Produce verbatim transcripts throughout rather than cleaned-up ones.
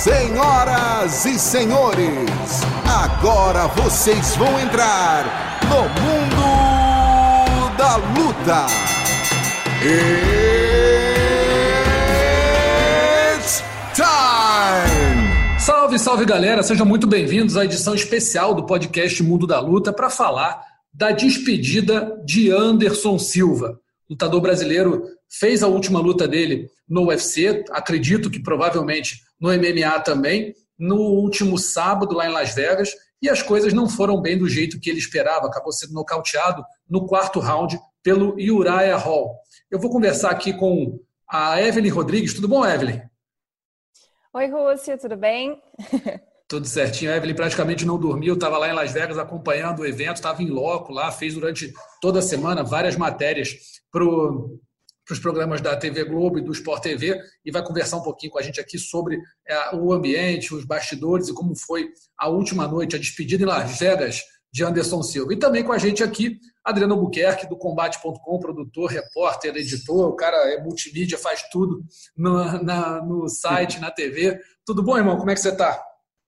Senhoras e senhores, agora vocês vão entrar no mundo da luta. It's time! Salve, salve galera, sejam muito bem-vindos à edição especial do podcast Mundo da Luta para falar da despedida de Anderson Silva. O lutador brasileiro fez a última luta dele no U F C, acredito que provavelmente no M M A também, no último sábado lá em Las Vegas, e as coisas não foram bem do jeito que ele esperava, acabou sendo nocauteado no quarto round pelo Uriah Hall. Eu vou conversar aqui com a Evelyn Rodrigues. Tudo bom, Evelyn? Oi, Rússia, tudo bem? Tudo certinho. A Evelyn praticamente não dormiu, estava lá em Las Vegas acompanhando o evento, estava em loco lá, fez durante toda a semana várias matérias para os programas da T V Globo e do Sport T V e vai conversar um pouquinho com a gente aqui sobre é, o ambiente, os bastidores e como foi a última noite, a despedida em Las Vegas de Anderson Silva. E também com a gente aqui, Adriano Albuquerque, do combate ponto com, produtor, repórter, editor, o cara é multimídia, faz tudo no, na, no site, na T V. Tudo bom, irmão? Como é que você está?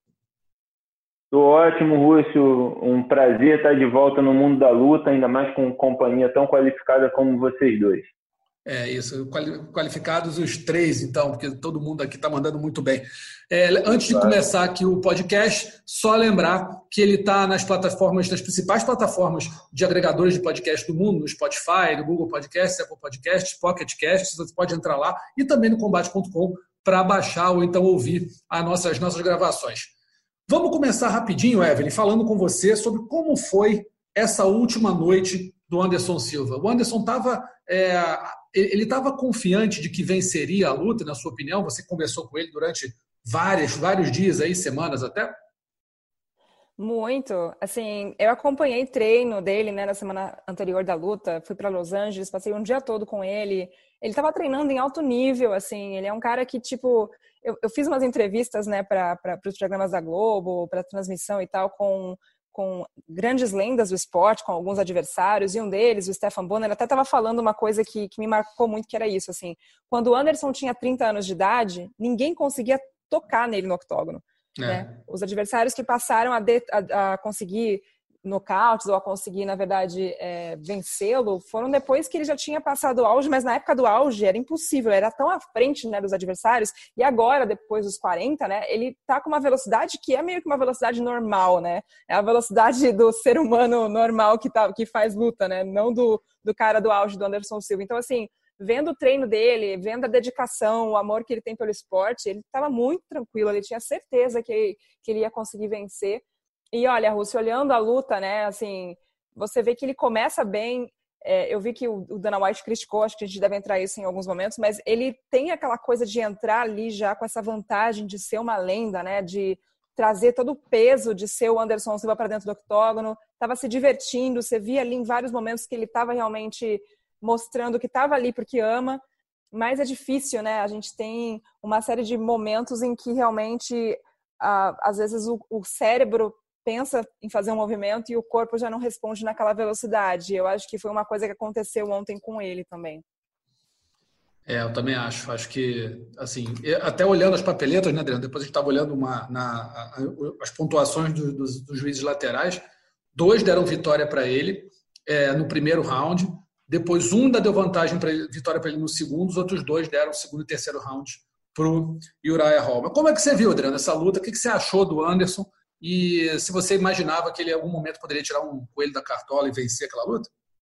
Tô ótimo, Rússio. Um prazer estar de volta no mundo da luta, ainda mais com companhia tão qualificada como vocês dois. É isso, qualificados os três, então, porque todo mundo aqui está mandando muito bem. É, antes de claro. começar aqui o podcast, só lembrar que ele está nas plataformas, nas principais plataformas de agregadores de podcast do mundo, no Spotify, no Google Podcasts, Apple Podcasts, Pocket Casts, você pode entrar lá, e também no combate ponto com para baixar ou então ouvir as nossas, as nossas gravações. Vamos começar rapidinho, Evelyn, falando com você sobre como foi essa última noite do Anderson Silva. O Anderson estava é, ele estava confiante de que venceria a luta, na sua opinião? Você conversou com ele durante vários, vários dias, aí, semanas até? Muito. Assim, eu acompanhei treino dele, né, na semana anterior da luta, fui para Los Angeles, passei um dia todo com ele. Ele estava treinando em alto nível, assim, ele é um cara que, tipo... Eu, eu fiz umas entrevistas, né, para os programas da Globo, para transmissão e tal, com, com grandes lendas do esporte, com alguns adversários, e um deles, o Stephan Bonner, até estava falando uma coisa que, que me marcou muito, que era isso, assim, quando o Anderson tinha trinta anos de idade, ninguém conseguia tocar nele no octógono. É. Né? Os adversários que passaram a, de, a, a conseguir nocautes ou a conseguir, na verdade, é, vencê-lo, foram depois que ele já tinha passado o auge, mas na época do auge era impossível, era tão à frente, né, dos adversários, e agora, depois dos quarenta, né, ele tá com uma velocidade que é meio que uma velocidade normal, né, é a velocidade do ser humano normal que, tá, que faz luta, né, não do, do cara do auge do Anderson Silva. Então, assim, vendo o treino dele, vendo a dedicação, o amor que ele tem pelo esporte, ele estava muito tranquilo, ele tinha certeza que, que ele ia conseguir vencer. E olha, Rússio, olhando a luta, né, assim, você vê que ele começa bem, é, eu vi que o, o Dana White criticou, acho que a gente deve entrar isso em alguns momentos, mas ele tem aquela coisa de entrar ali já com essa vantagem de ser uma lenda, né, de trazer todo o peso de ser o Anderson Silva para dentro do octógono, estava se divertindo, você via ali em vários momentos que ele estava realmente mostrando que estava ali porque ama, mas é difícil, né, a gente tem uma série de momentos em que realmente, ah, às vezes o, o cérebro pensa em fazer um movimento e o corpo já não responde naquela velocidade. Eu acho que foi uma coisa que aconteceu ontem com ele também. É, eu também acho. Acho que, assim, até olhando as papeletas, né, Adriano? Depois a gente estava olhando uma, na, a, as pontuações do, dos, dos juízes laterais. Dois deram vitória para ele é, no primeiro round. Depois um deu vantagem para ele, vitória para ele no segundo. Os outros dois deram o segundo e terceiro round para o Uriah Hall. Mas como é que você viu, Adriano, essa luta? O que você achou do Anderson? E se você imaginava que ele em algum momento poderia tirar um coelho da cartola e vencer aquela luta?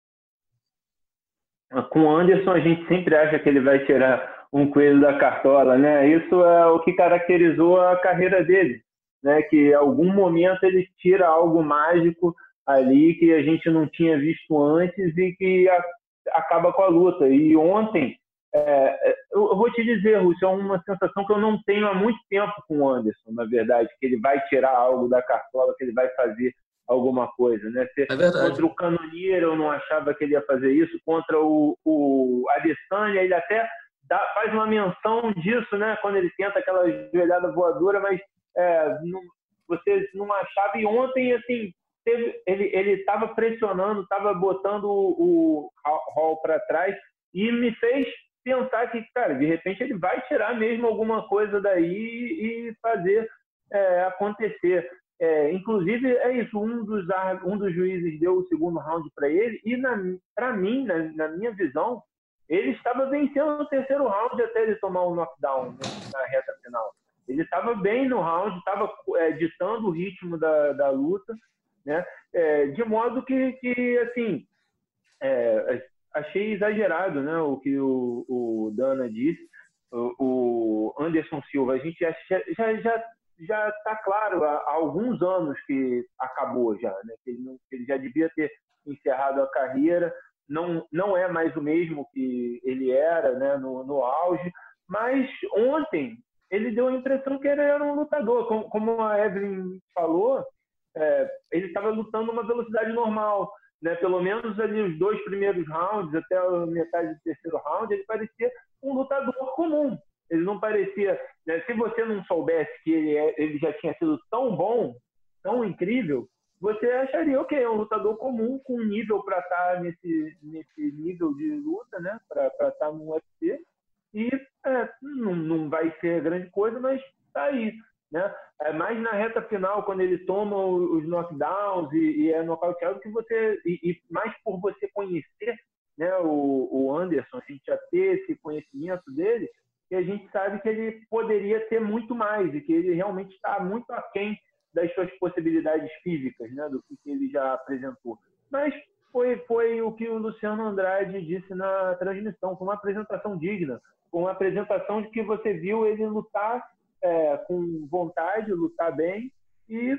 Com o Anderson, a gente sempre acha que ele vai tirar um coelho da cartola, né? Isso é o que caracterizou a carreira dele, né? Que em algum momento ele tira algo mágico ali que a gente não tinha visto antes e que a, acaba com a luta. E ontem, é, eu vou te dizer, Rússio, é uma sensação que eu não tenho há muito tempo com o Anderson, na verdade, que ele vai tirar algo da cartola, que ele vai fazer alguma coisa, né? Se, é contra o Cannonier eu não achava que ele ia fazer isso, contra o, o Adesanya ele até dá, faz uma menção disso, né? Quando ele tenta aquela joelhada voadora, mas é, não, você não achava, e ontem, assim, teve, ele estava pressionando, estava botando o, o Hall para trás, e me fez pensar que, cara, de repente ele vai tirar mesmo alguma coisa daí e fazer é, acontecer. É, inclusive, é isso, um dos, um dos juízes deu o segundo round para ele e, para mim, na, na minha visão, ele estava vencendo o terceiro round até ele tomar um knockdown, né, na reta final. Ele estava bem no round, estava é, ditando o ritmo da, da luta, né, é, de modo que, que assim, é, achei exagerado, né, o que o, o Dana disse, o, o Anderson Silva. A gente já já já já está claro há, há alguns anos que acabou já, né, que ele, não, que ele já devia ter encerrado a carreira. Não, não é mais o mesmo que ele era, né, no, no auge, mas ontem ele deu a impressão que ele era um lutador. Como, como a Evelyn falou, é, ele estava lutando uma velocidade normal, né? Pelo menos ali os dois primeiros rounds, até a metade do terceiro round, ele parecia um lutador comum. Ele não parecia... Né, se você não soubesse que ele, é, ele já tinha sido tão bom, tão incrível, você acharia, ok, é um lutador comum, com nível para estar nesse, nesse nível de luta, né? Para estar no U F C. E é, não, não vai ser grande coisa, mas está aí, né? É mais na reta final, quando ele toma os knockdowns e, e é nocauteado, que você... E, e mais por você conhecer, né, o, o Anderson, a gente já ter esse conhecimento dele, que a gente sabe que ele poderia ter muito mais e que ele realmente está muito aquém das suas possibilidades físicas, né, do que ele já apresentou. Mas foi, foi o que o Luciano Andrade disse na transmissão, foi uma apresentação digna, foi uma apresentação de que você viu ele lutar é, com vontade, lutar bem e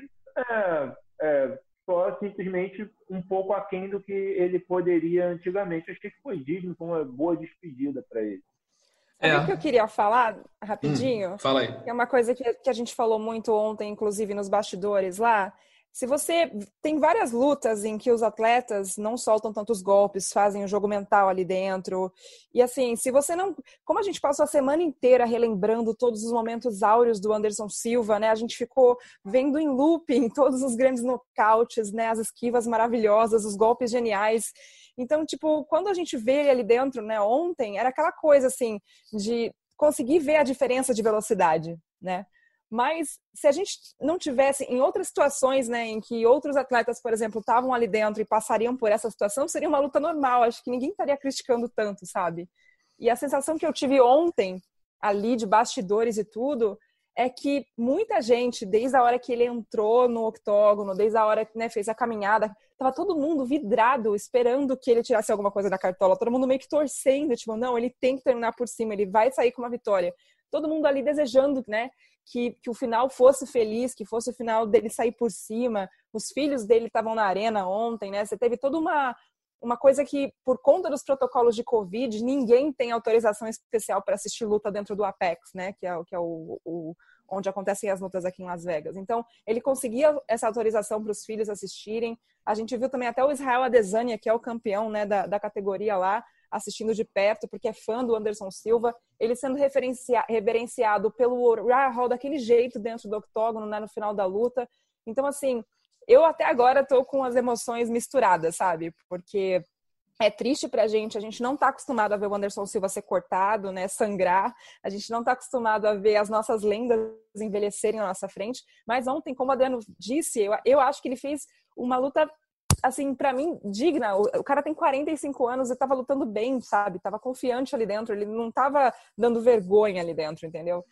é, é, só simplesmente um pouco aquém do que ele poderia antigamente. Eu achei que foi digno, foi uma boa despedida para ele. Sabe o É. que eu queria falar rapidinho? Hum, fala aí. É uma coisa que, que a gente falou muito ontem, inclusive nos bastidores lá. Se você... Tem várias lutas em que os atletas não soltam tantos golpes, fazem o jogo mental ali dentro. E assim, se você não... Como a gente passou a semana inteira relembrando todos os momentos áureos do Anderson Silva, né? A gente ficou vendo em looping todos os grandes nocautes, né? As esquivas maravilhosas, os golpes geniais. Então, tipo, quando a gente vê ele ali dentro, né, ontem, era aquela coisa, assim, de conseguir ver a diferença de velocidade, né? Mas se a gente não tivesse, em outras situações, né, em que outros atletas, por exemplo, estavam ali dentro e passariam por essa situação, seria uma luta normal. Acho que ninguém estaria criticando tanto, sabe? E a sensação que eu tive ontem, ali de bastidores e tudo, é que muita gente, desde a hora que ele entrou no octógono, desde a hora que, né, fez a caminhada, tava todo mundo vidrado, esperando que ele tirasse alguma coisa da cartola, todo mundo meio que torcendo, tipo, não, ele tem que terminar por cima, ele vai sair com uma vitória. Todo mundo ali desejando, né, que, que o final fosse feliz, que fosse o final dele sair por cima. Os filhos dele estavam na arena ontem, né, você teve toda uma... Uma coisa que, por conta dos protocolos de Covid, ninguém tem autorização especial para assistir luta dentro do Apex, né? Que é, que é o, o, onde acontecem as lutas aqui em Las Vegas. Então, ele conseguia essa autorização para os filhos assistirem. A gente viu também até o Israel Adesanya, que é o campeão, né, da, da categoria lá, assistindo de perto, porque é fã do Anderson Silva. Ele sendo referencia, reverenciado pelo Uriah Hall daquele jeito dentro do octógono, né, no final da luta. Então, assim... Eu até agora tô com as emoções misturadas, sabe? Porque é triste pra gente, a gente não tá acostumado a ver o Anderson Silva ser cortado, né? Sangrar. A gente não tá acostumado a ver as nossas lendas envelhecerem na nossa frente. Mas ontem, como o Adriano disse, eu, eu acho que ele fez uma luta, assim, pra mim, digna. O, o cara tem quarenta e cinco anos e tava lutando bem, sabe? Tava confiante ali dentro, ele não tava dando vergonha ali dentro, entendeu?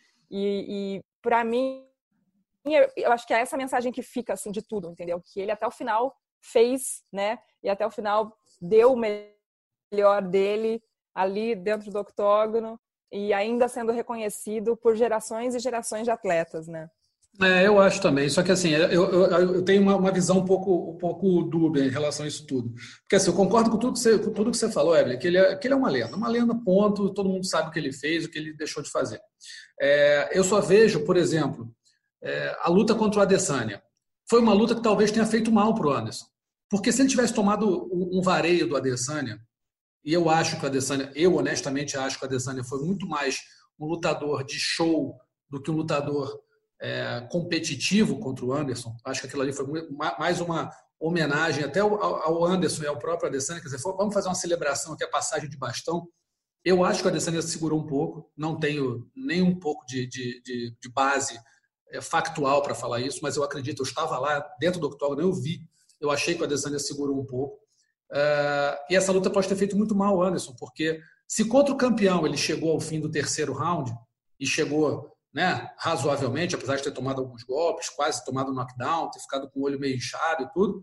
E, e pra mim, eu acho que é essa mensagem que fica, assim, de tudo, entendeu? Que ele até o final fez, né? E até o final deu o melhor dele ali dentro do octógono e ainda sendo reconhecido por gerações e gerações de atletas, né? É, eu acho também. Só que, assim, eu, eu, eu tenho uma, uma visão um pouco, um pouco dúbia em relação a isso tudo. Porque, assim, eu concordo com tudo que você, com tudo que você falou, Evelyn, que ele, é, que ele é uma lenda. Uma lenda, ponto. Todo mundo sabe o que ele fez, o que ele deixou de fazer. É, eu só vejo, por exemplo... É, a luta contra o Adesanya foi uma luta que talvez tenha feito mal para o Anderson, porque se ele tivesse tomado um vareio do Adesanya, e eu acho que o Adesanya, eu honestamente acho que o Adesanya foi muito mais um lutador de show do que um lutador é, competitivo contra o Anderson. Acho que aquilo ali foi mais uma homenagem até ao Anderson e ao próprio Adesanya, quer dizer, vamos fazer uma celebração aqui, a passagem de bastão. Eu acho que o Adesanya segurou um pouco, não tenho nem um pouco de, de, de, de base é, factual para falar isso, mas eu acredito, eu estava lá dentro do octógono, eu vi, eu achei que o Adesanya segurou um pouco. Uh, e essa luta pode ter feito muito mal ao Anderson, porque se contra o campeão ele chegou ao fim do terceiro round, e chegou, né, razoavelmente, apesar de ter tomado alguns golpes, quase tomado um knockdown, ter ficado com o olho meio inchado e tudo,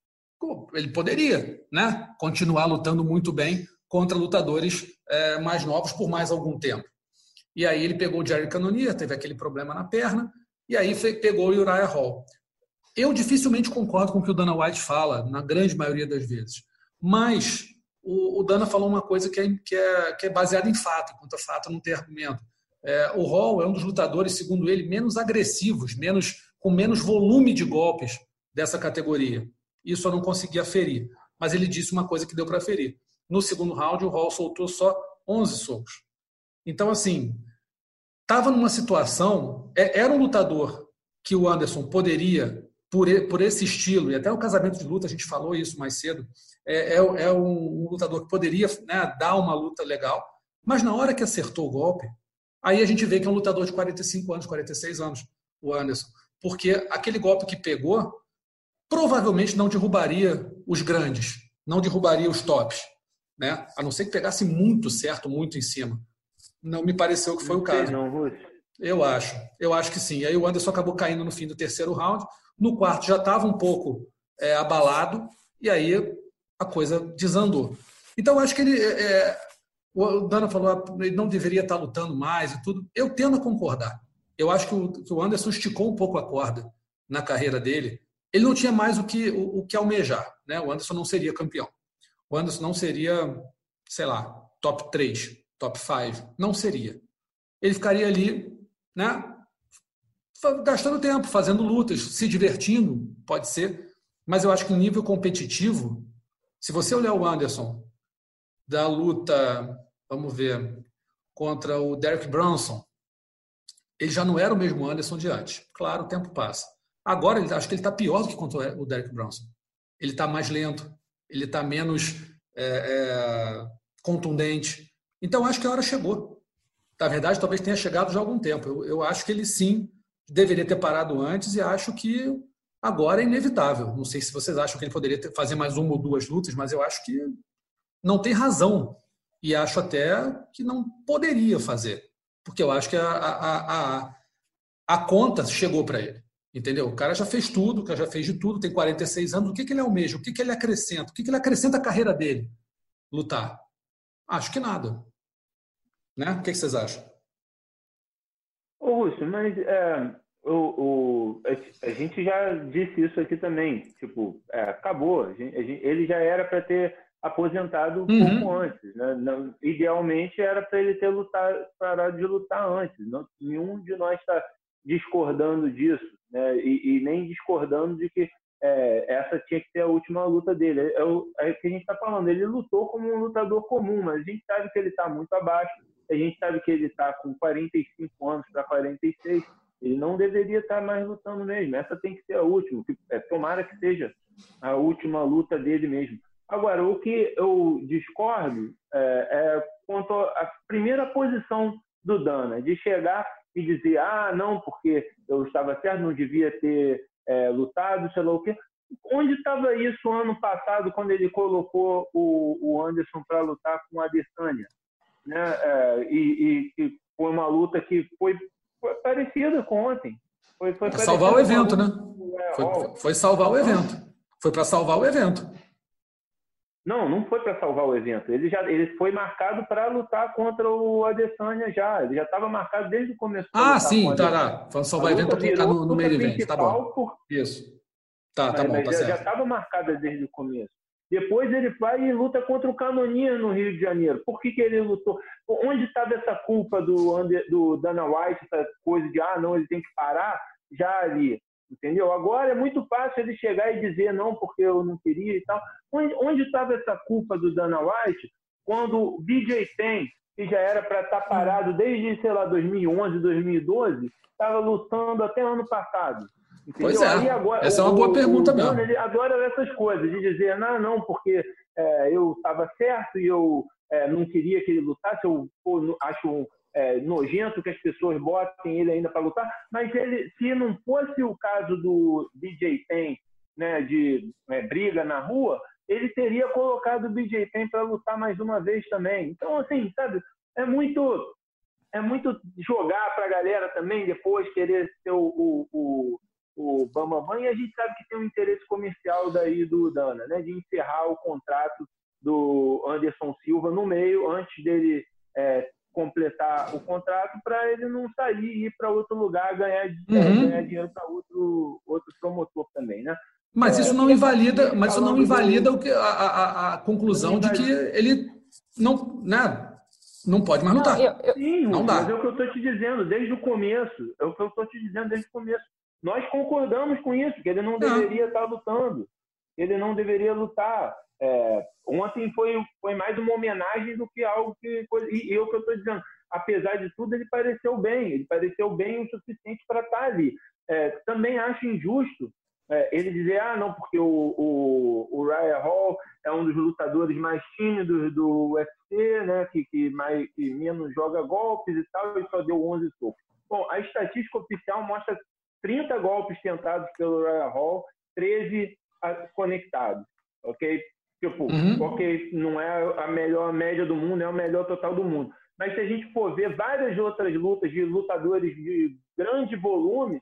ele poderia, né, continuar lutando muito bem contra lutadores é, mais novos por mais algum tempo. E aí ele pegou o Jerry Cannonier, teve aquele problema na perna, e aí pegou o Uriah Hall. Eu dificilmente concordo com o que o Dana White fala, na grande maioria das vezes, mas o, o Dana falou uma coisa que é, que é, que é baseada em fato, enquanto fato não tem argumento. É, o Hall é um dos lutadores, segundo ele, menos agressivos, menos, com menos volume de golpes dessa categoria. Isso eu não consegui aferir, mas ele disse uma coisa que deu para aferir. No segundo round, o Hall soltou só onze socos. Então, assim, estava numa situação... Era um lutador que o Anderson poderia, por, por esse estilo, e até o casamento de luta, a gente falou isso mais cedo, é, é, é um, um lutador que poderia, né, dar uma luta legal, mas na hora que acertou o golpe, aí a gente vê que é um lutador de quarenta e cinco anos, quarenta e seis anos, o Anderson. Porque aquele golpe que pegou, provavelmente não derrubaria os grandes, não derrubaria os tops. Né? A não ser que pegasse muito certo, muito em cima. Não me pareceu que foi não o caso. Sei não, Russo. Eu acho, eu acho que sim. Aí o Anderson acabou caindo no fim do terceiro round. No quarto já estava um pouco é, abalado e aí a coisa desandou. Então eu acho que ele, é, o Dana falou que ele não deveria estar lutando mais e tudo. Eu tendo a concordar. Eu acho que o, que o Anderson esticou um pouco a corda na carreira dele. Ele não tinha mais o que, o, o que almejar. Né? O Anderson não seria campeão. O Anderson não seria, sei lá, top três, top cinco. Não seria. Ele ficaria ali, né, gastando tempo, fazendo lutas, se divertindo, pode ser. Mas eu acho que em nível competitivo, se você olhar o Anderson da luta, vamos ver, contra o Derek Brunson, ele já não era o mesmo Anderson de antes. Claro, o tempo passa. Agora, acho que ele está pior do que contra o Derek Brunson. Ele está mais lento. Ele está menos é, é, contundente. Então, acho que a hora chegou. Na verdade, talvez tenha chegado já há algum tempo. Eu, eu acho que ele, sim, deveria ter parado antes e acho que agora é inevitável. Não sei se vocês acham que ele poderia ter, fazer mais uma ou duas lutas, mas eu acho que não tem razão. E acho até que não poderia fazer. Porque eu acho que a, a, a, a conta chegou para ele. Entendeu? O cara já fez tudo, o cara já fez de tudo, tem quarenta e seis anos. O que, que ele almeja? O que, que ele acrescenta? O que, que ele acrescenta à carreira dele? Lutar? Acho que nada. Né? O que, que vocês acham? Ô, Russo, mas é, o, o, a gente já disse isso aqui também. Tipo, é, acabou. A gente, a gente, ele já era para ter aposentado um uhum. pouco antes. Né? Não, idealmente era para ele ter lutado, parado de lutar antes. Não, nenhum de nós está discordando disso, né? e, e nem discordando de que é, essa tinha que ser a última luta dele. É o, é o que a gente está falando. Ele lutou como um lutador comum, mas a gente sabe que ele está muito abaixo. A gente sabe que ele está com quarenta e cinco anos para quarenta e seis. Ele não deveria estar mais lutando mesmo. Essa tem que ser a última. É, tomara que seja a última luta dele mesmo. Agora, o que eu discordo é, é quanto à primeira posição do Dana, de chegar e dizer, ah, não, porque eu estava certo, não devia ter é, lutado, sei lá o quê. Onde estava isso ano passado, quando ele colocou o, o Anderson para lutar com a Adesanya? Né? É, e, e, e foi uma luta que foi, foi parecida com ontem. Foi, foi para salvar o evento, né? Foi, foi salvar o evento. Foi para salvar o evento. Não, não foi para salvar o evento. Ele já ele foi marcado para lutar contra o Adesanya já. Ele já estava marcado desde o começo. Ah, sim, tá, tá. Foi salvar o evento para colocar no, no meio evento. Tá bom. Por... Isso. Tá, tá mas, bom, mas tá já, certo. Já estava marcada desde o começo. Depois ele vai e luta contra o Cannonier no Rio de Janeiro. Por que, que ele lutou? Onde estava essa culpa do, do Dana White, essa coisa de, ah, não, ele tem que parar já ali, entendeu? Agora é muito fácil ele chegar e dizer, não, porque eu não queria e tal. Onde estava essa culpa do Dana White quando o B J Penn, que já era para estar parado desde, sei lá, dois mil e onze, dois mil e doze, estava lutando até ano passado? Entendeu? Pois é, agora, essa o, é uma boa pergunta o, mesmo. O ele adora essas coisas, de dizer, não, não, porque é, eu estava certo e eu é, não queria que ele lutasse, eu pô, acho é, nojento que as pessoas botem ele ainda para lutar, mas ele, se não fosse o caso do B J Penn, né, de é, briga na rua, ele teria colocado o B J Penn para lutar mais uma vez também. Então, assim, sabe, é muito, é muito jogar para a galera também depois querer ser o, o, o o Bambambam, e a gente sabe que tem um interesse comercial daí do Dana, né, de encerrar o contrato do Anderson Silva no meio, antes dele é, completar o contrato, para ele não sair e ir para outro lugar ganhar, uhum. é, ganhar dinheiro para outro, outro promotor também, né? Mas isso não invalida, mas isso não invalida do... a, a, a conclusão de que ele não, né, não pode mais lutar. Não, eu, eu... Sim, não dá. Mas é o que eu estou te dizendo desde o começo, é o que eu estou te dizendo desde o começo. Nós concordamos com isso, que ele não deveria estar lutando. Ele não deveria lutar. É, ontem foi, foi mais uma homenagem do que algo que... E, e é o que eu estou dizendo. Apesar de tudo, ele pareceu bem. Ele pareceu bem o suficiente para estar ali. É, também acho injusto é, ele dizer, ah, não, porque o, o, o Uriah Hall é um dos lutadores mais tímidos do U F C, né, que, que, mais, que menos joga golpes e tal, e só deu onze socos. Bom, a estatística oficial mostra trinta golpes tentados pelo Uriah Hall, treze conectados, ok? Tipo, uhum. ok, não é a melhor média do mundo, é o melhor total do mundo. Mas se a gente for ver várias outras lutas de lutadores de grande volume,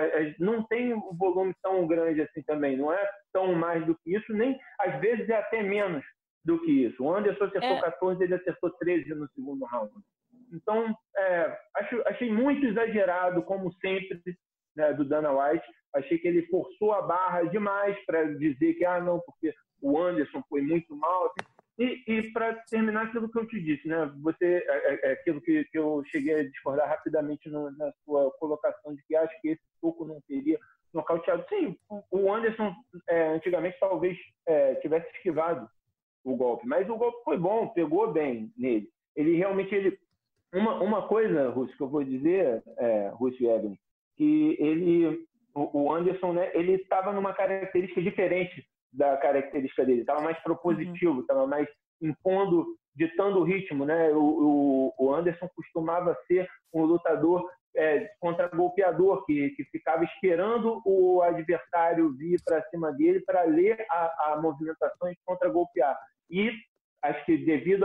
não tem um volume tão grande assim também, não é tão mais do que isso, nem às vezes é até menos do que isso. O Anderson acertou é. quatorze, ele acertou treze no segundo round. Então, é, acho, achei muito exagerado, como sempre, né, do Dana White. Achei que ele forçou a barra demais para dizer que, ah, não, porque o Anderson foi muito mal. Assim. E, e para terminar aquilo que eu te disse, né, você, é, é aquilo que, que eu cheguei a discordar rapidamente no, na sua colocação de que acho que esse soco não teria nocauteado. Sim, o Anderson é, antigamente talvez é, tivesse esquivado o golpe, mas o golpe foi bom, pegou bem nele. Ele realmente... Ele, uma, uma coisa, Russo, que eu vou dizer, é, Russo e Ebony, que ele, o Anderson, né, ele estava numa característica diferente da característica dele, estava mais propositivo, estava uhum. mais impondo, ditando o ritmo, né? O, o, o Anderson costumava ser um lutador é, contra-golpeador, que, que ficava esperando o adversário vir para cima dele para ler a, a movimentação e contra-golpear. E acho que devido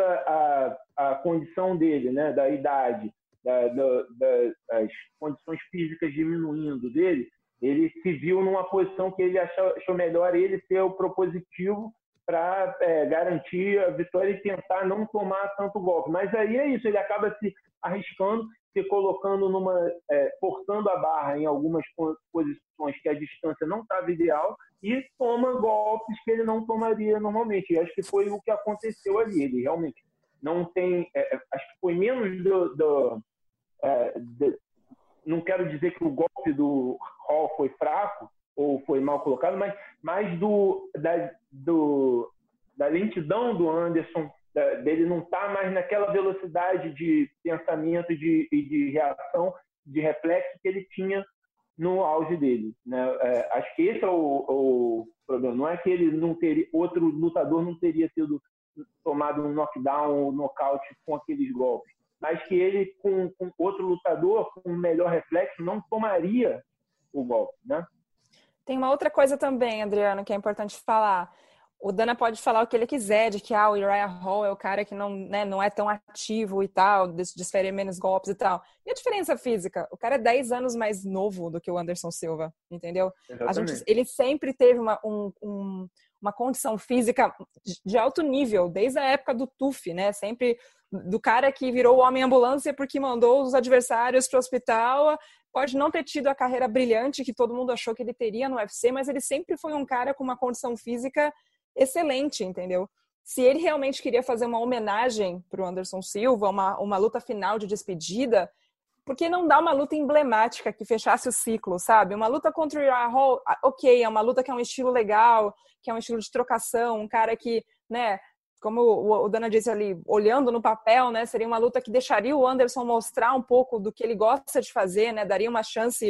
à condição dele, né, da idade, Da, da, das condições físicas diminuindo dele, ele se viu numa posição que ele achou, achou melhor ele ser o propositivo para é, garantir a vitória e tentar não tomar tanto golpe. Mas aí é isso, ele acaba se arriscando, se colocando numa, é, forçando a barra em algumas posições que a distância não estava ideal e toma golpes que ele não tomaria normalmente. E acho que foi o que aconteceu ali. Ele realmente não tem... É, acho que foi menos do... do É, de, não quero dizer que o golpe do Hall foi fraco ou foi mal colocado, mas mais do, da, do, da lentidão do Anderson, da, dele não estar tá mais naquela velocidade de pensamento de, e de reação, de reflexo que ele tinha no auge dele, né? É, acho que esse é o, o problema. Não é que ele não teria, outro lutador não teria sido tomado um knockdown ou nocaute com aqueles golpes, mas que ele, com, com outro lutador, com um melhor reflexo, não tomaria o golpe, né? Tem uma outra coisa também, Adriano, que é importante falar. O Dana pode falar o que ele quiser, de que ah, o Uriah Hall é o cara que não, né, não é tão ativo e tal, desferir menos golpes e tal. E a diferença física? O cara é dez anos mais novo do que o Anderson Silva, entendeu? A gente, ele sempre teve uma, um, um, uma condição física de alto nível, desde a época do T U F, né? Sempre do cara que virou o homem-ambulância porque mandou os adversários para o hospital. Pode não ter tido a carreira brilhante que todo mundo achou que ele teria no U F C, mas ele sempre foi um cara com uma condição física excelente, entendeu? Se ele realmente queria fazer uma homenagem para o Anderson Silva, uma, uma luta final de despedida, por que não dar uma luta emblemática que fechasse o ciclo, sabe? Uma luta contra o Uriah Hall, ok, é uma luta que é um estilo legal, que é um estilo de trocação, um cara que, né, como o Dana disse ali, olhando no papel, né, seria uma luta que deixaria o Anderson mostrar um pouco do que ele gosta de fazer, né, daria uma chance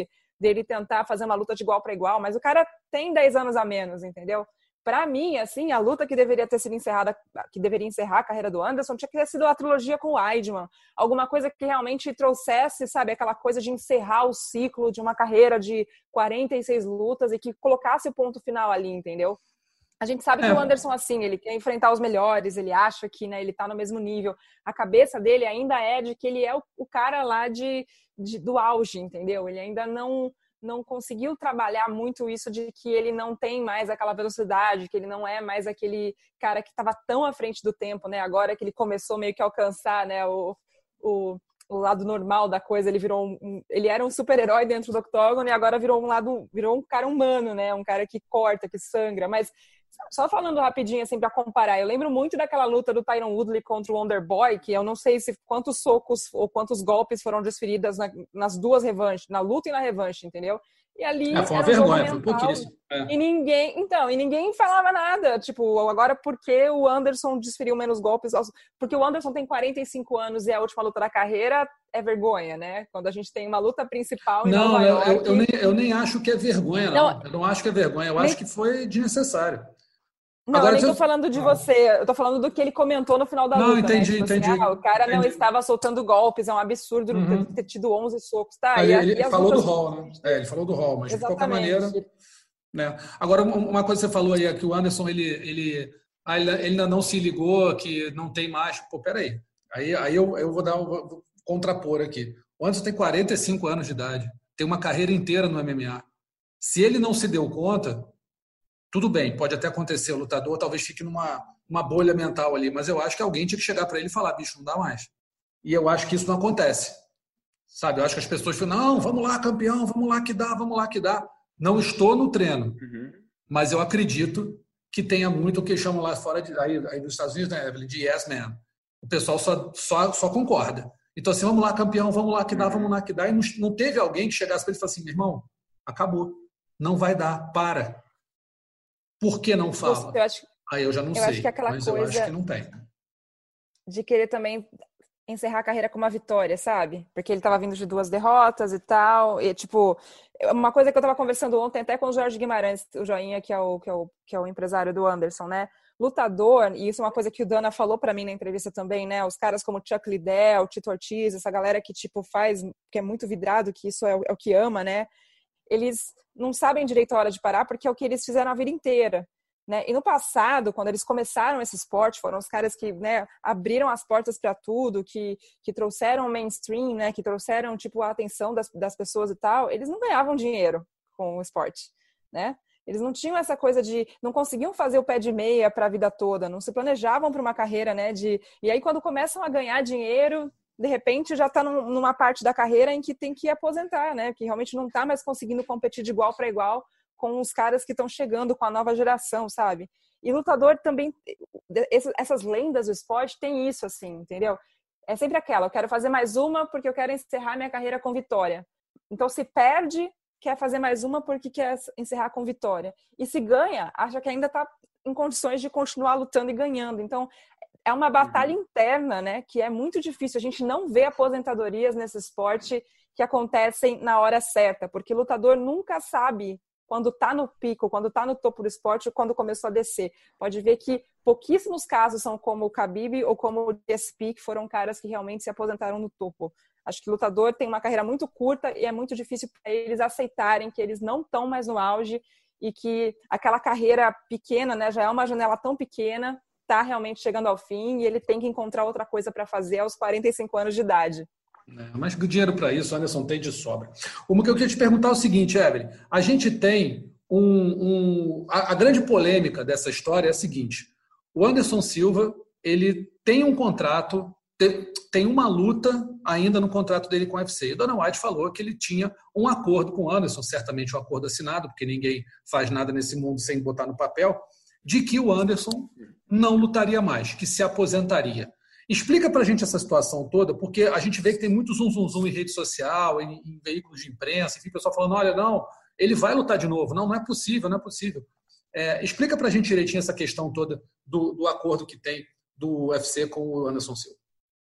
dele tentar fazer uma luta de igual para igual, mas o cara tem dez anos a menos, entendeu? Para mim, assim, a luta que deveria ter sido encerrada, que deveria encerrar a carreira do Anderson, tinha que ter sido a trilogia com o Weidman. Alguma coisa que realmente trouxesse, sabe, aquela coisa de encerrar o ciclo de uma carreira de quarenta e seis lutas e que colocasse o ponto final ali, entendeu? A gente sabe que é. o Anderson, assim, ele quer enfrentar os melhores, ele acha que, né, ele tá no mesmo nível. A cabeça dele ainda é de que ele é o, o cara lá de, de, do auge, entendeu? Ele ainda não... não conseguiu trabalhar muito isso de que ele não tem mais aquela velocidade, que ele não é mais aquele cara que estava tão à frente do tempo, né? Agora que ele começou meio que a alcançar, né, o, o, o lado normal da coisa, ele virou um, ele era um super-herói dentro do octógono e agora virou um lado, virou um cara humano, né? Um cara que corta, que sangra, mas só falando rapidinho, assim, para comparar, eu lembro muito daquela luta do Tyron Woodley contra o Wonderboy, que eu não sei se quantos socos ou quantos golpes foram desferidos na, nas duas revanches, na luta e na revanche, entendeu? E ali é, foi uma era um vergonha, foi pouquíssimo. É. E ninguém, então, e ninguém falava nada, tipo, agora por que o Anderson desferiu menos golpes? Porque o Anderson tem quarenta e cinco anos e é a última luta da carreira, é vergonha, né? Quando a gente tem uma luta principal em não, Nova eu, York... eu, eu, nem, eu nem acho que é vergonha, não. não. Eu não acho que é vergonha, eu nem... acho que foi desnecessário. Não, Agora, eu nem tô eu... falando de você, eu tô falando do que ele comentou no final da não, luta. Entendi, né? Tipo entendi. Assim, ah, o cara entendi. não estava soltando golpes, é um absurdo uhum. ter, ter tido onze socos. Tá, ele e, ele e falou lutas... do hall, né? É, ele falou do hall, mas Exatamente. de qualquer maneira... Né? Agora, uma coisa que você falou aí é que o Anderson, ele, ele, ele ainda não se ligou, que não tem mais... Pô, peraí. Aí, aí eu, eu vou dar um, vou contrapor aqui. O Anderson tem quarenta e cinco anos de idade, tem uma carreira inteira no M M A. Se ele não se deu conta... Tudo bem, pode até acontecer, o lutador talvez fique numa uma bolha mental ali, mas eu acho que alguém tinha que chegar para ele e falar, bicho, não dá mais. E eu acho que isso não acontece. Sabe, eu acho que as pessoas falam, não, vamos lá, campeão, vamos lá que dá, vamos lá que dá. Não estou no treino, uhum. mas eu acredito que tenha muito o que chamam lá fora, de, aí, aí nos Estados Unidos, né, Evelyn, de yes man. O pessoal só, só, só concorda. Então assim, vamos lá, campeão, vamos lá que dá, vamos lá que dá. E não, não teve alguém que chegasse para ele e falasse assim, meu irmão, acabou, não vai dar, para. Por que não fala? Eu acho, Aí eu já não eu sei, acho que aquela mas coisa eu acho que não tem. De querer também encerrar a carreira com uma vitória, sabe? Porque ele estava vindo de duas derrotas e tal. E, tipo, uma coisa que eu estava conversando ontem até com o Jorge Guimarães, o Joinha, que é o, que é o, que é o empresário do Anderson, né? Lutador, e isso é uma coisa que o Dana falou pra mim na entrevista também, né? Os caras como Chuck Liddell, Tito Ortiz, essa galera que, tipo, faz, que é muito vidrado, que isso é o, é o que ama, né? Eles não sabem direito a hora de parar porque é o que eles fizeram a vida inteira, né? E no passado, quando eles começaram esse esporte, foram os caras que, né, abriram as portas para tudo, que, que trouxeram o mainstream, né, que trouxeram tipo a atenção das, das pessoas e tal. Eles não ganhavam dinheiro com o esporte, né? Eles não tinham essa coisa de, não conseguiam fazer o pé de meia para a vida toda, não se planejavam para uma carreira, né? De, e aí quando começam a ganhar dinheiro, de repente já está numa parte da carreira em que tem que aposentar, né? Que realmente não está mais conseguindo competir de igual para igual com os caras que estão chegando com a nova geração, sabe? E lutador também, essas lendas do esporte tem isso, assim, entendeu? É sempre aquela, eu quero fazer mais uma porque eu quero encerrar minha carreira com vitória. Então se perde, quer fazer mais uma porque quer encerrar com vitória. E se ganha, acha que ainda está em condições de continuar lutando e ganhando. Então é uma batalha interna, né, que é muito difícil. A gente não vê aposentadorias nesse esporte que acontecem na hora certa, porque lutador nunca sabe quando está no pico, quando está no topo do esporte ou quando começou a descer. Pode ver que pouquíssimos casos são como o Khabib ou como o G S P, que foram caras que realmente se aposentaram no topo. Acho que o lutador tem uma carreira muito curta e é muito difícil para eles aceitarem que eles não estão mais no auge e que aquela carreira pequena, né, já é uma janela tão pequena, está realmente chegando ao fim e ele tem que encontrar outra coisa para fazer aos quarenta e cinco anos de idade. É, mas dinheiro para isso, Anderson, tem de sobra. Uma que eu queria te perguntar é o seguinte, Evelyn, a gente tem um... um a, a grande polêmica dessa história é a seguinte, o Anderson Silva, ele tem um contrato, tem, tem uma luta ainda no contrato dele com o U F C. E o Dana White falou que ele tinha um acordo com o Anderson, certamente um acordo assinado, porque ninguém faz nada nesse mundo sem botar no papel, de que o Anderson não lutaria mais, que se aposentaria. Explica pra gente essa situação toda, porque a gente vê que tem muito zum, zum, zum em rede social, em, em veículos de imprensa, enfim, o pessoal falando, olha, não, ele vai lutar de novo. Não, não é possível, não é possível. É, explica pra gente direitinho essa questão toda do, do acordo que tem do U F C com o Anderson Silva.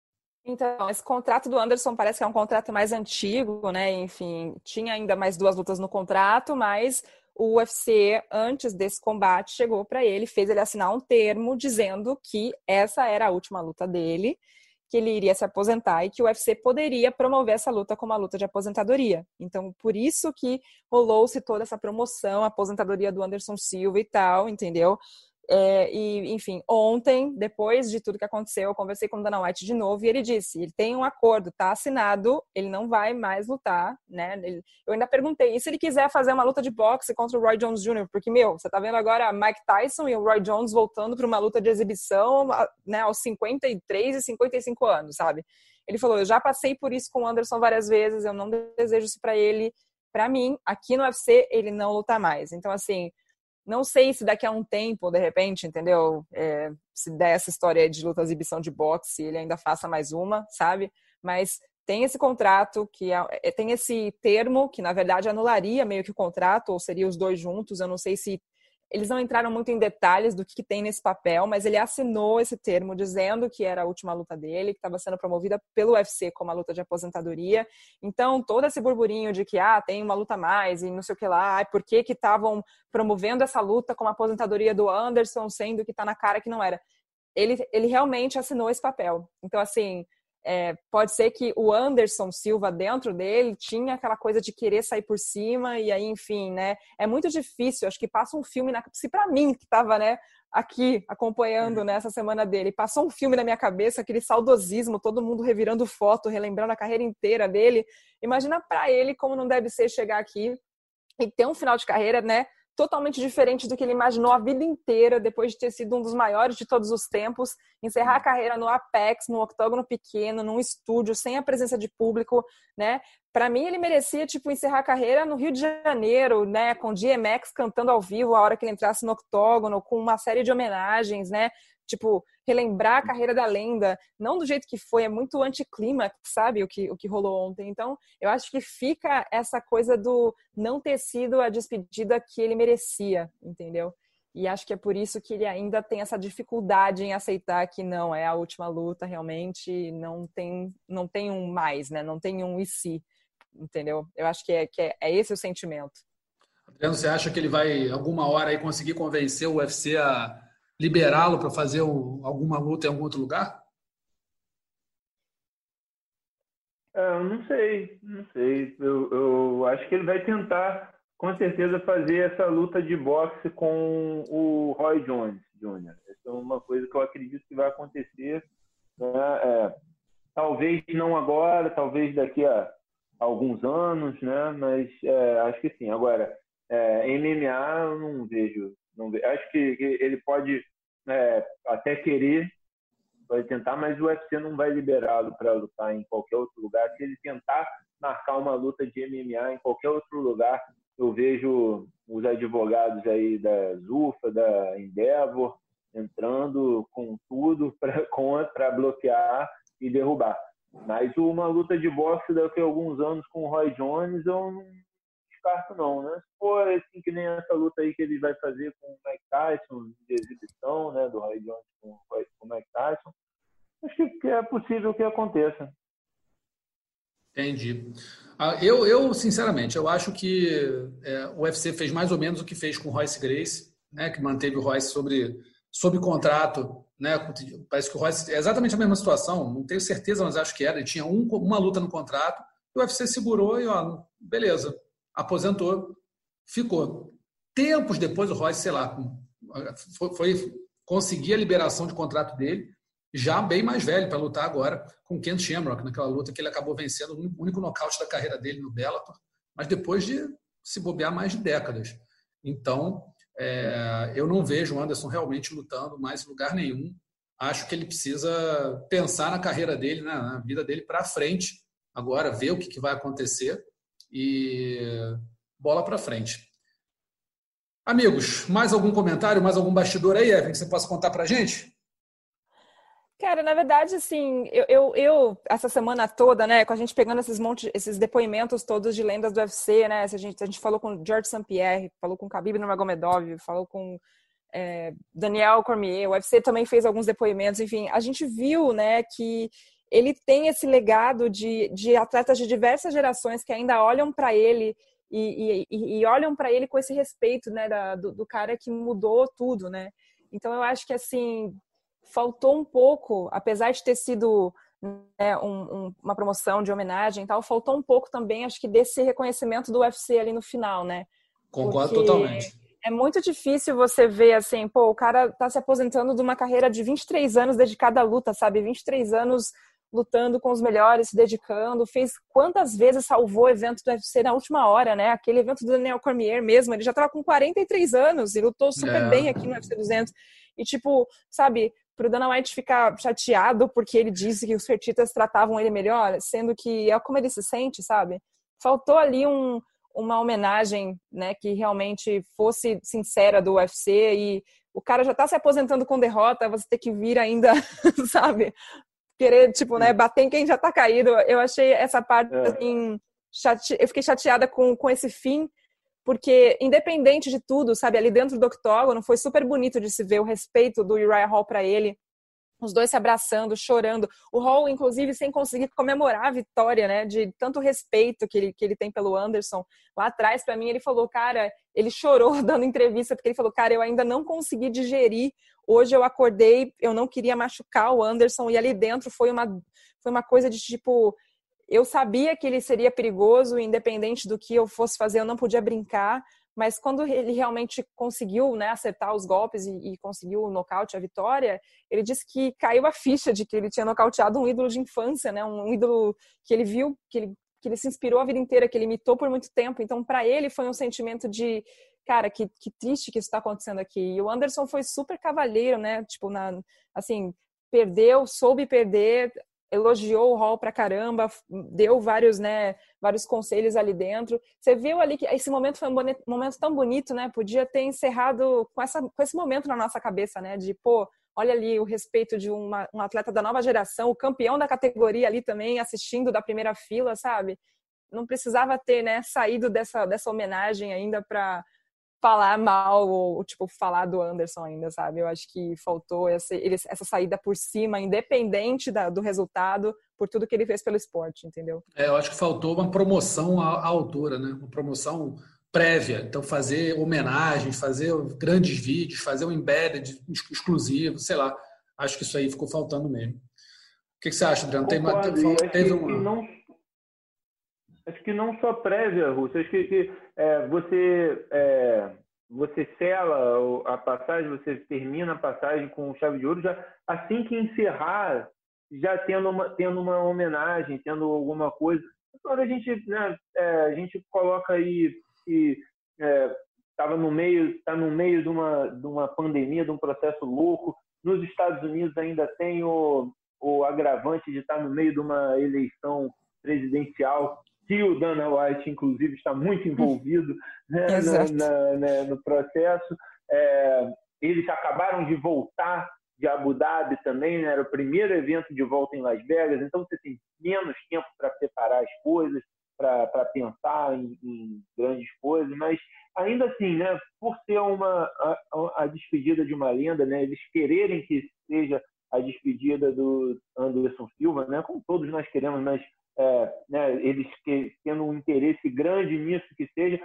Então, esse contrato do Anderson parece que é um contrato mais antigo, né? Enfim, tinha ainda mais duas lutas no contrato, mas o U F C, antes desse combate, chegou para ele, fez ele assinar um termo dizendo que essa era a última luta dele, que ele iria se aposentar e que o U F C poderia promover essa luta como uma luta de aposentadoria. Então, por isso que rolou-se toda essa promoção, a aposentadoria do Anderson Silva e tal, entendeu? É, e, enfim, ontem, depois de tudo que aconteceu, eu conversei com o Dana White de novo e ele disse, ele tem um acordo, tá assinado, ele não vai mais lutar, né? Ele, eu ainda perguntei, e se ele quiser fazer uma luta de boxe contra o Roy Jones Júnior? Porque, meu, você tá vendo agora Mike Tyson e o Roy Jones voltando para uma luta de exibição, né, aos cinquenta e três e cinquenta e cinco anos, sabe? Ele falou, eu já passei por isso com o Anderson várias vezes, eu não desejo isso para ele, para mim, aqui no U F C, ele não luta mais. Então, assim, não sei se daqui a um tempo, de repente, entendeu? É, se der essa história de luta exibição de boxe, ele ainda faça mais uma, sabe? Mas tem esse contrato, que é, tem esse termo, que na verdade anularia meio que o contrato, ou seria os dois juntos. Eu não sei se... Eles não entraram muito em detalhes do que, que tem nesse papel, mas ele assinou esse termo dizendo que era a última luta dele, que estava sendo promovida pelo U F C como a luta de aposentadoria. Então, todo esse burburinho de que ah, tem uma luta a mais e não sei o que lá, por que que estavam promovendo essa luta como a aposentadoria do Anderson, sendo que está na cara que não era. Ele, ele realmente assinou esse papel. Então, assim... É, pode ser que o Anderson Silva dentro dele tinha aquela coisa de querer sair por cima e aí, enfim, né? É muito difícil, acho que passa um filme na... Se pra mim, que tava, né, aqui acompanhando nessa semana dele, passou um filme na minha cabeça, aquele saudosismo, todo mundo revirando foto, relembrando a carreira inteira dele. Imagina pra ele como não deve ser chegar aqui e ter um final de carreira, né? Totalmente diferente do que ele imaginou a vida inteira, depois de ter sido um dos maiores de todos os tempos, encerrar a carreira no Apex, no octógono pequeno, num estúdio, sem a presença de público, né? Para mim, ele merecia, tipo, encerrar a carreira no Rio de Janeiro, né? Com D M X cantando ao vivo a hora que ele entrasse no octógono, com uma série de homenagens, né? Tipo, relembrar a carreira da lenda, não do jeito que foi, é muito anticlímax, sabe, o que, o que rolou ontem. Então, eu acho que fica essa coisa do não ter sido a despedida que ele merecia, entendeu? E acho que é por isso que ele ainda tem essa dificuldade em aceitar que não, é a última luta, realmente, não tem, não tem um mais, né? Não tem um e se, entendeu? Eu acho que é, que é, é esse o sentimento. Adriano, você acha que ele vai, alguma hora, aí, conseguir convencer o U F C a liberá-lo para fazer o, alguma luta em algum outro lugar? É, eu não sei, não sei. Eu, eu acho que ele vai tentar, com certeza, fazer essa luta de boxe com o Roy Jones Júnior Essa é uma coisa que eu acredito que vai acontecer. Né? É, talvez não agora, talvez daqui a alguns anos, né? Mas é, acho que sim. Agora, é, M M A eu não vejo. Não vejo. Acho que ele pode é, até querer, vai tentar, mas o U F C não vai liberá-lo para lutar em qualquer outro lugar. Se ele tentar marcar uma luta de M M A em qualquer outro lugar, eu vejo os advogados aí da Zuffa, da Endeavor, entrando com tudo para bloquear e derrubar. Mas uma luta de boxe daqui a alguns anos com o Roy Jones, eu não descarto não, né? Se for assim, que nem essa luta aí que ele vai fazer com o Mike Tyson, de exibição, né, do Roy Jones com, com o Mike Tyson, acho que é possível que aconteça. Entendi. Eu, eu sinceramente, eu acho que é, o U F C fez mais ou menos o que fez com o Royce Gracie, né, que manteve o Royce sobre, sobre contrato, né? Parece que o Royce é exatamente a mesma situação, não tenho certeza, mas acho que era. Ele tinha um, uma luta no contrato, o U F C segurou e, ó, beleza, aposentou, ficou. Tempos depois, o Royce, sei lá, foi, foi conseguir a liberação de contrato dele, já bem mais velho para lutar agora com o Ken Shamrock, naquela luta que ele acabou vencendo, o único nocaute da carreira dele no Bellator, mas depois de se bobear mais de décadas. Então, é, eu não vejo o Anderson realmente lutando mais em lugar nenhum. Acho que ele precisa pensar na carreira dele, né, na vida dele para frente, agora, ver o que, que vai acontecer e bola para frente. Amigos, mais algum comentário, mais algum bastidor aí, Evan, que você possa contar para a gente? Cara, na verdade, assim, eu, eu, eu, essa semana toda, né, com a gente pegando esses, monte, esses depoimentos todos de lendas do U F C, né, a gente, a gente falou com George Saint Pierre, falou com Khabib Nurmagomedov, falou com é, Daniel Cormier, o U F C também fez alguns depoimentos, enfim, a gente viu, né, que ele tem esse legado de, de atletas de diversas gerações que ainda olham para ele e, e, e olham para ele com esse respeito, né, da, do, do cara que mudou tudo, né? Então eu acho que assim faltou um pouco, apesar de ter sido, né, um, um, uma promoção de homenagem e tal, faltou um pouco também, acho que desse reconhecimento do U F C ali no final, né? Concordo Porque totalmente. é muito difícil você ver assim, pô, o cara tá se aposentando de uma carreira de vinte e três anos dedicada à luta, sabe? vinte e três anos lutando com os melhores, se dedicando, fez quantas vezes salvou o evento do U F C na última hora, né? Aquele evento do Daniel Cormier mesmo, ele já tava com quarenta e três anos e lutou super É. bem aqui no U F C duzentos. E tipo, sabe, pro Dana White ficar chateado porque ele disse que os fertitas tratavam ele melhor, sendo que é como ele se sente, sabe? Faltou ali um, uma homenagem, né, que realmente fosse sincera do U F C e o cara já tá se aposentando com derrota, você ter que vir ainda, sabe? Querer, tipo, né, bater em quem já tá caído. Eu achei essa parte, É. assim, chate... eu fiquei chateada com, com esse fim, porque independente de tudo, sabe, ali dentro do octógono foi super bonito de se ver o respeito do Uriah Hall pra ele, os dois se abraçando, chorando, o Hall, inclusive, sem conseguir comemorar a vitória, né, de tanto respeito que ele, que ele tem pelo Anderson. Lá atrás, pra mim, ele falou, cara, ele chorou dando entrevista, porque ele falou, cara, eu ainda não consegui digerir, hoje eu acordei, eu não queria machucar o Anderson, e ali dentro foi uma, foi uma coisa de, tipo, eu sabia que ele seria perigoso, independente do que eu fosse fazer, eu não podia brincar, mas quando ele realmente conseguiu, né, acertar os golpes e, e conseguiu o nocaute, a vitória, ele disse que caiu a ficha de que ele tinha nocauteado um ídolo de infância, né, um ídolo que ele viu, que ele, que ele se inspirou a vida inteira, que ele imitou por muito tempo. Então, para ele, foi um sentimento de, cara, que, que triste que isso está acontecendo aqui. E o Anderson foi super cavalheiro, né, tipo, na, assim, perdeu, soube perder, elogiou o Hall pra caramba, deu vários, né, vários conselhos ali dentro. Você viu ali que esse momento foi um bonito, momento tão bonito, né? Podia ter encerrado com, essa, com esse momento na nossa cabeça, né? De, pô, olha ali o respeito de uma, um atleta da nova geração, o campeão da categoria ali também, assistindo da primeira fila, sabe? Não precisava ter, né, saído dessa, dessa homenagem ainda pra falar mal ou, tipo, falar do Anderson ainda, sabe? Eu acho que faltou essa, essa saída por cima, independente da, do resultado, por tudo que ele fez pelo esporte, entendeu? É, eu acho que faltou uma promoção à, à altura, né? Uma promoção prévia. Então, fazer homenagens, fazer grandes vídeos, fazer um embedded exclusivo, sei lá. Acho que isso aí ficou faltando mesmo. O que, que você acha, Adriano? Tem uma, Concordo, tem, teve acho que, uma... não, acho que não só prévia, Russo. Acho que, que é, você, é, você sela a passagem, você termina a passagem com chave de ouro, já, assim que encerrar, já tendo uma, tendo uma homenagem, tendo alguma coisa. Agora a gente, né, é, a gente coloca aí que estava é, no meio, está no meio de uma, de uma pandemia, de um processo louco. Nos Estados Unidos ainda tem o, o agravante de estar no meio de uma eleição presidencial, que o Dana White, inclusive, está muito envolvido, né, na, na, na, no processo. É, eles acabaram de voltar de Abu Dhabi também, né? Era o primeiro evento de volta em Las Vegas, então você tem menos tempo para preparar as coisas, para pensar em, em grandes coisas, mas ainda assim, né, por ser uma, a, a despedida de uma lenda, né, eles quererem que seja a despedida do Anderson Silva, né, como todos nós queremos, mas é, né, eles que, tendo um interesse grande nisso que seja,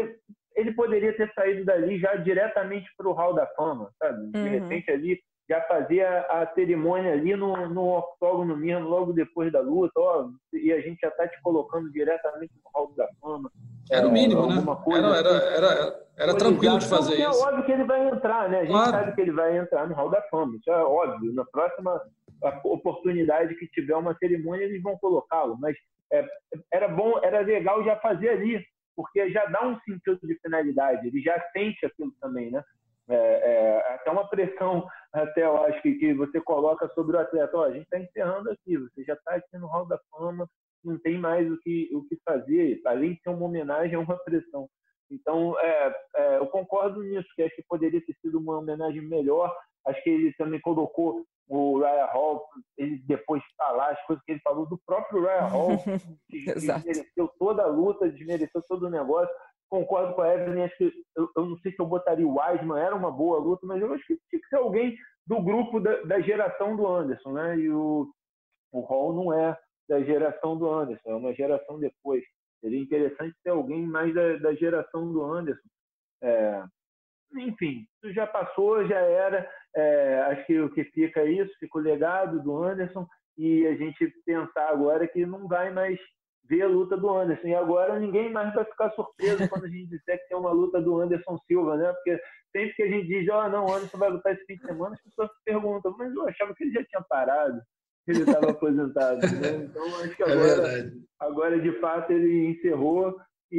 ele poderia ter saído dali já diretamente para o Hall da Fama, sabe? De uhum. repente ali já fazia a cerimônia ali no, no octógono mesmo, logo depois da luta, ó, e a gente já está te colocando diretamente no Hall da Fama. Era é, o mínimo, alguma né? Coisa era, era, era, era tranquilo de fazer então, isso. É óbvio que ele vai entrar, né? A gente claro. sabe que ele vai entrar no Hall da Fama, isso é óbvio. Na próxima oportunidade que tiver uma cerimônia, eles vão colocá-lo, mas é, era bom, era legal já fazer ali, porque já dá um sentido de finalidade, ele já sente aquilo também, né? É, é, até uma pressão, até eu acho que, que você coloca sobre o atleta, ó, a gente está encerrando aqui, você já está aqui no Hall da Fama, não tem mais o que, o que fazer, além de ser uma homenagem, é uma pressão. Então, é, é, eu concordo nisso, que acho que poderia ter sido uma homenagem melhor. Acho que ele também colocou o Uriah Hall, ele depois falar as coisas que ele falou do próprio Uriah Hall, que desmereceu toda a luta, desmereceu todo o negócio. Concordo com a Evelyn, acho que eu, eu não sei se eu botaria o Weidman, era uma boa luta, mas eu acho que tinha que ser alguém do grupo da, da geração do Anderson, né? E o, O Hall não é da geração do Anderson, é uma geração depois. Seria interessante ter alguém mais da, da geração do Anderson. É, enfim, isso já passou, já era. É, acho que o que fica é isso, fica o legado do Anderson, e a gente pensar agora que não vai mais ver a luta do Anderson. E agora ninguém mais vai ficar surpreso quando a gente disser que tem uma luta do Anderson Silva, né? Porque sempre que a gente diz, ó, oh, não, o Anderson vai lutar esse fim de semana, as pessoas se perguntam, mas eu achava que ele já tinha parado, que ele estava aposentado, né? Então acho que agora, é agora de fato ele encerrou,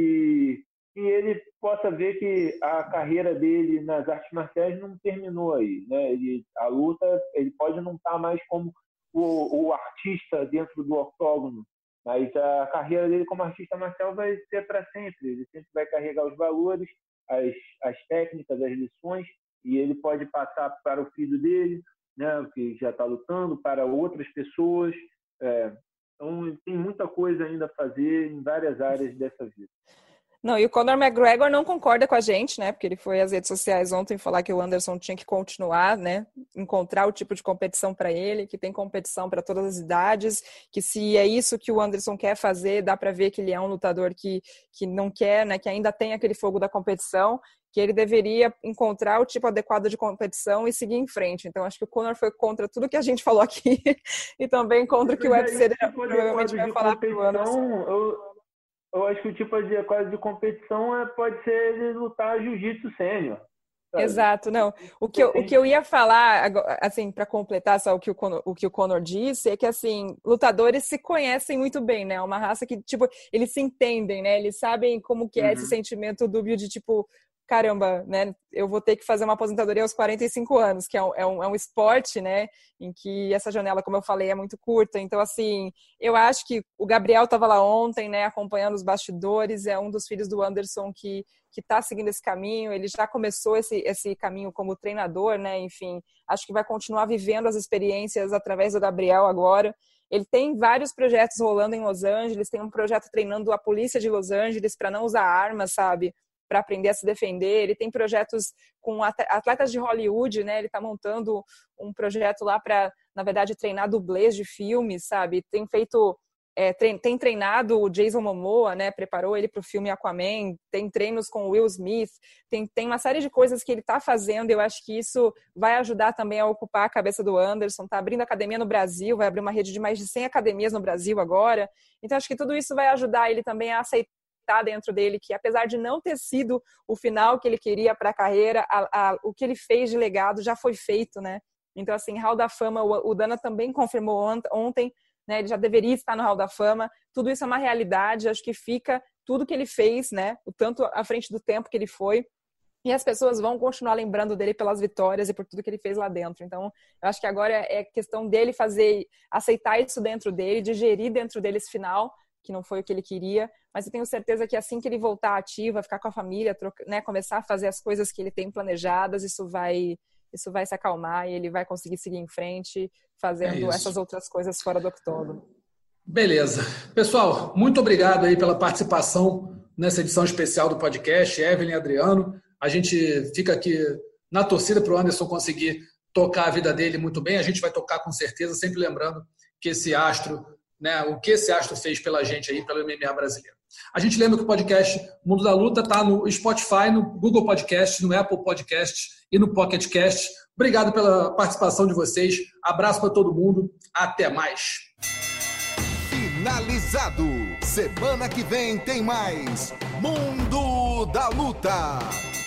e, e ele possa ver que a carreira dele nas artes marciais não terminou aí, né? Ele, a luta, ele pode não estar mais como o, o artista dentro do octógono, mas a carreira dele como artista marcial vai ser para sempre. Ele sempre vai carregar os valores, as, as técnicas, as lições, e ele pode passar para o filho dele, né, que já está lutando, para outras pessoas. É, então, tem muita coisa ainda a fazer em várias áreas dessa vida. Não, e o Conor McGregor não concorda com a gente, né? Porque ele foi às redes sociais ontem falar que o Anderson tinha que continuar, né? Encontrar o tipo de competição para ele, que tem competição para todas as idades, que se é isso que o Anderson quer fazer, dá para ver que ele é um lutador que, que não quer, né? Que ainda tem aquele fogo da competição, que ele deveria encontrar o tipo adequado de competição e seguir em frente. Então, acho que o Conor foi contra tudo que a gente falou aqui e também contra o que o U F C provavelmente vai falar para o Anderson. Eu... Eu acho que o tipo de quadro de competição é, pode ser ele lutar jiu-jitsu sênior. Exato, não. O que, eu, o que eu ia falar, assim, para completar só o que o, Conor, o que o Conor disse, é que, assim, lutadores se conhecem muito bem, né? É uma raça que, tipo, eles se entendem, né? Eles sabem como que é uhum. esse sentimento dúbio de, tipo, caramba, né? Eu vou ter que fazer uma aposentadoria aos quarenta e cinco anos, que é um, é um, é um esporte, né? Em que essa janela, como eu falei, é muito curta. Então, assim, eu acho que o Gabriel estava lá ontem, né? Acompanhando os bastidores, é um dos filhos do Anderson que que está seguindo esse caminho. Ele já começou esse, esse caminho como treinador, né? Enfim, acho que vai continuar vivendo as experiências através do Gabriel agora. Ele tem vários projetos rolando em Los Angeles, tem um projeto treinando a polícia de Los Angeles para não usar armas, sabe? Para aprender a se defender. Ele tem projetos com atletas de Hollywood, né? Ele está montando um projeto lá para, na verdade, treinar dublês de filmes, sabe? Tem feito, é, trein, tem treinado o Jason Momoa, né? Preparou ele para o filme Aquaman. Tem treinos com o Will Smith. Tem, tem uma série de coisas que ele está fazendo. Eu acho que isso vai ajudar também a ocupar a cabeça do Anderson. Está abrindo academia no Brasil, vai abrir uma rede de mais de cem academias no Brasil agora. Então, acho que tudo isso vai ajudar ele também a aceitar dentro dele que, apesar de não ter sido o final que ele queria para a carreira, a, o que ele fez de legado já foi feito, né? Então, assim, Hall da Fama, o, o Dana também confirmou ontem, né? Ele já deveria estar no Hall da Fama. Tudo isso é uma realidade, acho que fica tudo que ele fez, né? O tanto à frente do tempo que ele foi. E as pessoas vão continuar lembrando dele pelas vitórias e por tudo que ele fez lá dentro. Então, eu acho que agora é questão dele fazer, aceitar isso dentro dele, digerir dentro dele esse final, que não foi o que ele queria, mas eu tenho certeza que assim que ele voltar ativo, ficar com a família, troca, né, começar a fazer as coisas que ele tem planejadas, isso vai, isso vai se acalmar e ele vai conseguir seguir em frente fazendo é essas outras coisas fora do octógono. Beleza. Pessoal, muito obrigado aí pela participação nessa edição especial do podcast, Evelyn e Adriano. A gente fica aqui na torcida para o Anderson conseguir tocar a vida dele muito bem. A gente vai tocar com certeza, sempre lembrando que esse astro, né, o que esse astro fez pela gente aí, pelo M M A brasileiro. A gente lembra que o podcast Mundo da Luta está no Spotify, no Google Podcast, no Apple Podcast e no Pocket Cast. Obrigado pela participação de vocês. Abraço para todo mundo. Até mais. Finalizado. Semana que vem tem mais Mundo da Luta.